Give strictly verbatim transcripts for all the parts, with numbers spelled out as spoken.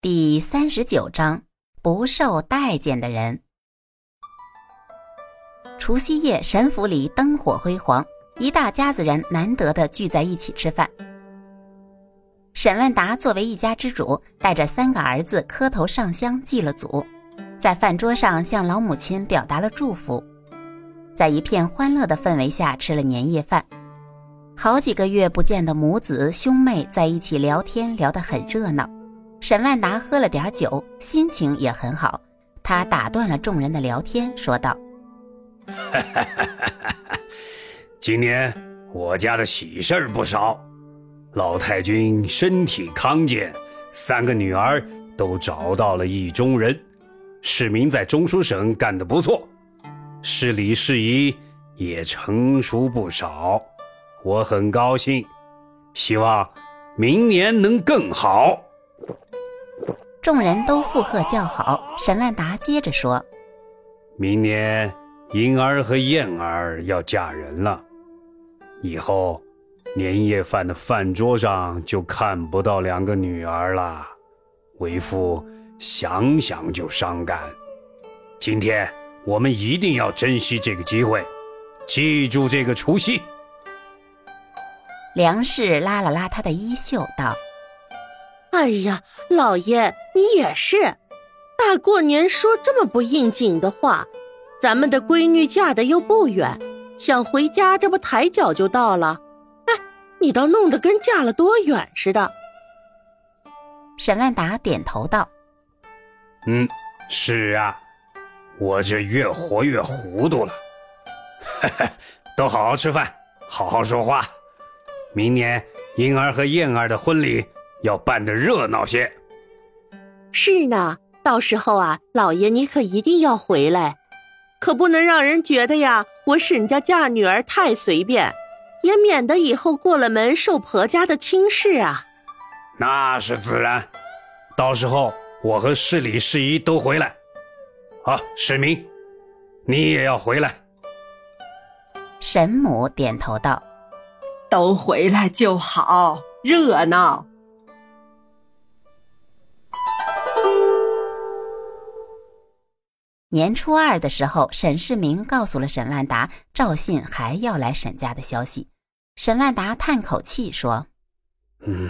第三十九章，不受待见的人。除夕夜，沈府里灯火辉煌，一大家子人难得的聚在一起吃饭。沈万达作为一家之主，带着三个儿子磕头上香祭了祖，在饭桌上向老母亲表达了祝福，在一片欢乐的氛围下吃了年夜饭。好几个月不见的母子兄妹在一起聊天，聊得很热闹。沈万达喝了点酒，心情也很好，他打断了众人的聊天，说道： 今年我家的喜事儿不少，老太君身体康健，三个女儿都找到了意中人，世民在中书省干得不错，事理事宜也成熟不少，我很高兴，希望明年能更好。 众人都附和叫好。沈万达接着说： 明年英儿和燕儿要嫁人了，以后年夜饭的饭桌上就看不到两个女儿了，为父想想就伤感。今天我们一定要珍惜这个机会，记住这个除夕。 梁氏拉了拉他的衣袖道： 哎呀，老爷你也是，大过年说这么不应景的话，咱们的闺女嫁得又不远，想回家这不抬脚就到了，哎，你倒弄得跟嫁了多远似的。 沈万达点头道： 嗯，是啊，我这越活越糊涂了。都好好吃饭，好好说话，明年英儿和燕儿的婚礼要办得热闹些。 是呢，到时候啊，老爷你可一定要回来，可不能让人觉得呀，我沈家嫁女儿太随便，也免得以后过了门受婆家的轻视啊。 那是自然，到时候我和市里市仪都回来。好，世民，你也要回来。 沈母点头道： 都回来就好，热闹。 年初二的时候，沈世民告诉了沈万达赵信还要来沈家的消息。沈万达叹口气说： 嗯，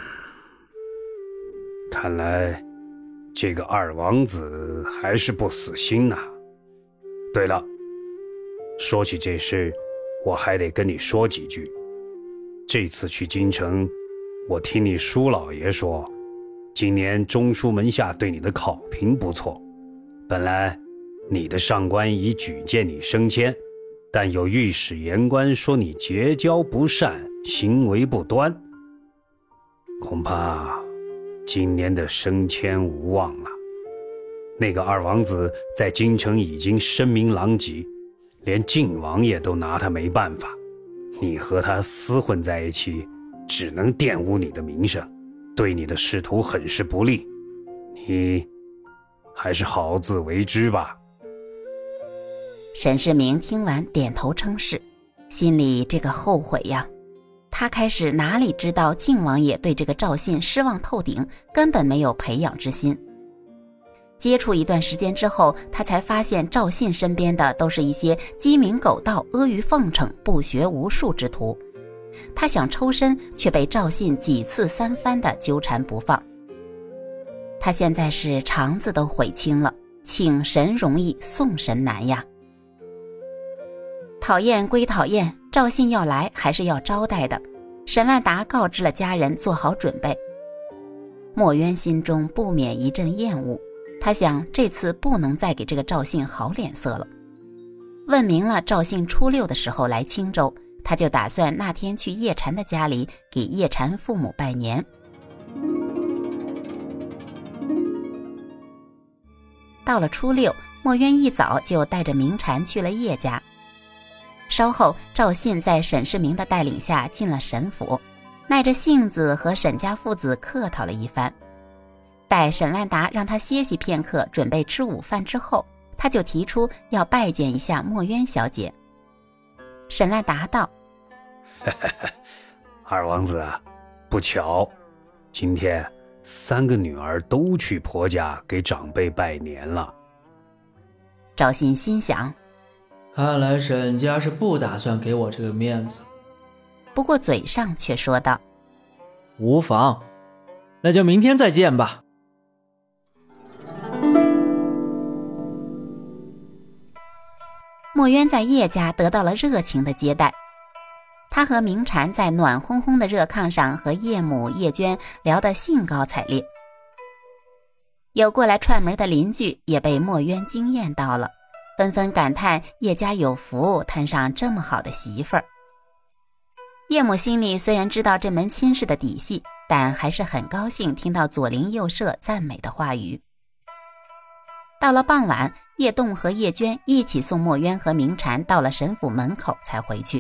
看来这个二王子还是不死心呐、啊。对了，说起这事，我还得跟你说几句。这次去京城，我听你叔老爷说，今年中书门下对你的考评不错，本来你的上官已举荐你升迁，但有御史言官说你结交不善，行为不端，恐怕今年的升迁无望了。那个二王子在京城已经声名狼藉，连晋王爷都拿他没办法，你和他厮混在一起，只能玷污你的名声，对你的仕途很是不利，你还是好自为之吧。 沈世民听完点头称是，心里这个后悔呀。他开始哪里知道晋王爷对这个赵信失望透顶，根本没有培养之心。接触一段时间之后，他才发现赵信身边的都是一些鸡鸣狗盗、阿谀奉承、不学无术之徒。他想抽身，却被赵信几次三番的纠缠不放。他现在是肠子都悔青了，请神容易送神难呀。讨厌归讨厌，赵信要来还是要招待的。沈万达告知了家人做好准备。墨渊心中不免一阵厌恶，他想这次不能再给这个赵信好脸色了。问明了赵信初六的时候来青州，他就打算那天去叶禅的家里给叶禅父母拜年。到了初六，墨渊一早就带着明禅去了叶家。稍后，赵信在沈世民的带领下进了沈府，耐着性子和沈家父子客套了一番。待沈万达让他歇息片刻，准备吃午饭之后，他就提出要拜见一下墨渊小姐。沈万达道： 二王子啊，不巧，今天三个女儿都去婆家给长辈拜年了。 赵信心想， 看来沈家是不打算给我这个面子， 不过嘴上却说道： 无妨，那就明天再见吧。 墨渊在叶家得到了热情的接待，他和明禅在暖烘烘的热炕上和叶母叶娟聊得兴高采烈。有过来串门的邻居也被墨渊惊艳到了，纷纷感叹叶家有福，摊上这么好的媳妇儿。叶母心里虽然知道这门亲事的底细，但还是很高兴听到左邻右舍赞美的话语。到了傍晚，叶栋和叶娟一起送墨渊和明禅到了沈府门口才回去。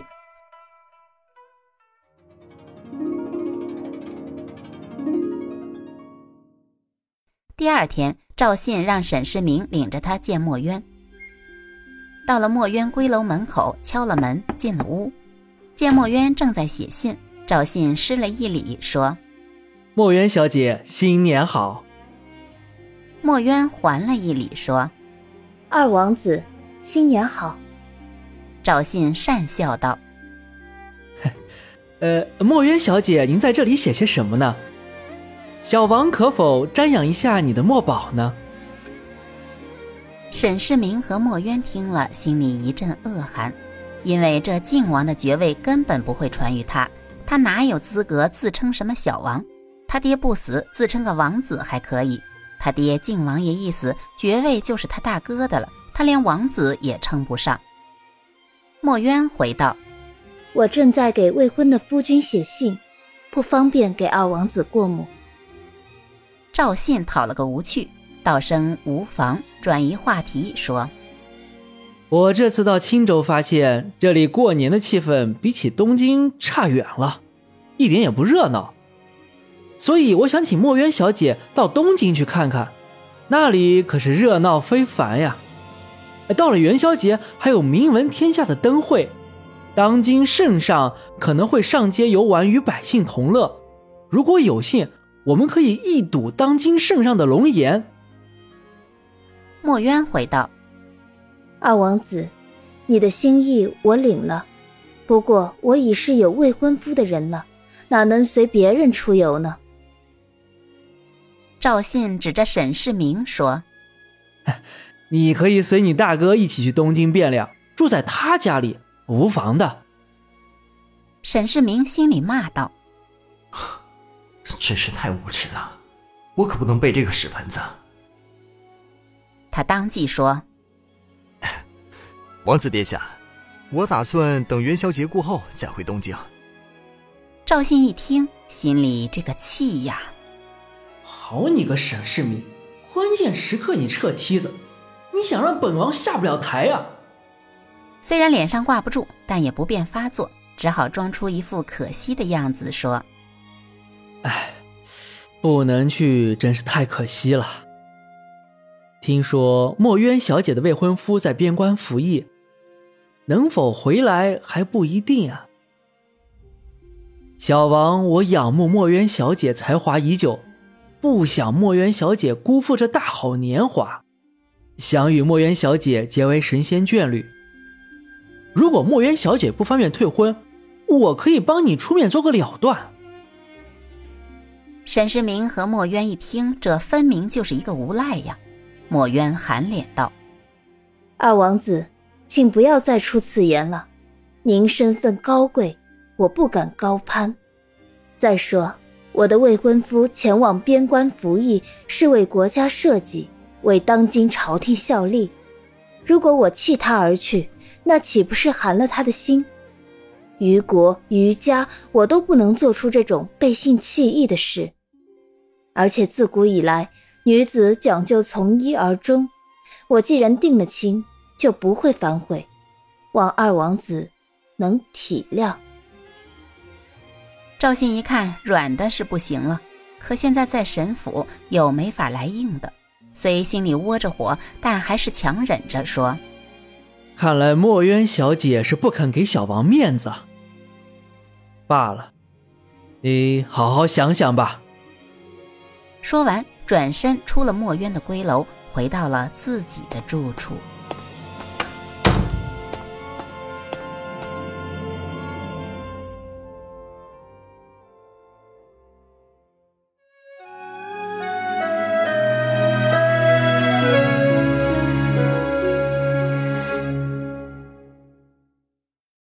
第二天，赵信让沈世民领着他见墨渊。到了墨渊归楼门口，敲了门，进了屋，见墨渊正在写信，赵信施了一礼，说： 墨渊小姐，新年好。 墨渊还了一礼，说： 二王子，新年好。 赵信讪笑道： 呃，墨渊小姐，您在这里写些什么呢？小王可否瞻仰一下你的墨宝呢？ 沈世民和墨渊听了，心里一阵恶寒，因为这靖王的爵位根本不会传于他，他哪有资格自称什么小王？他爹不死，自称个王子还可以。他爹靖王爷一死，爵位就是他大哥的了，他连王子也称不上。墨渊回道： 我正在给未婚的夫君写信，不方便给二王子过目。 赵信讨了个无趣，道声无妨，转移话题说： 我这次到青州发现，这里过年的气氛比起东京差远了，一点也不热闹。所以我想请墨渊小姐到东京去看看，那里可是热闹非凡呀。到了元宵节还有名闻天下的灯会，当今圣上可能会上街游玩，与百姓同乐。如果有幸，我们可以一睹当今圣上的龙颜。 墨渊回道： 二王子，你的心意我领了，不过我已是有未婚夫的人了，哪能随别人出游呢？ 赵信指着沈世民说： 你可以随你大哥一起去东京汴梁，住在他家里，无妨的。 沈世民心里骂道： 真是太无耻了，我可不能背这个屎盆子。 他当即说： 王子殿下，我打算等元宵节过后再回东京。 赵信一听，心里这个气呀！ 好你个沈世民，关键时刻你撤梯子，你想让本王下不了台啊！ 虽然脸上挂不住，但也不便发作，只好装出一副可惜的样子说： 哎，不能去真是太可惜了。听说墨渊小姐的未婚夫在边关服役，能否回来还不一定啊。小王我仰慕墨渊小姐才华已久，不想墨渊小姐辜负这大好年华，想与墨渊小姐结为神仙眷侣。如果墨渊小姐不方便退婚，我可以帮你出面做个了断。 沈世民和墨渊一听，这分明就是一个无赖呀。墨渊含脸道： 二王子，请不要再出此言了，您身份高贵，我不敢高攀。再说我的未婚夫前往边关服役，是为国家社稷，为当今朝廷效力。如果我弃他而去，那岂不是寒了他的心？于国于家，我都不能做出这种背信弃义的事。而且自古以来，女子讲究从一而终，我既然定了亲，就不会反悔，望二王子能体谅。 赵信一看软的是不行了，可现在在沈府又没法来硬的，虽心里窝着火，但还是强忍着说： 看来墨渊小姐是不肯给小王面子啊。罢了，你好好想想吧。 说完，转身出了墨渊的闺楼，回到了自己的住处。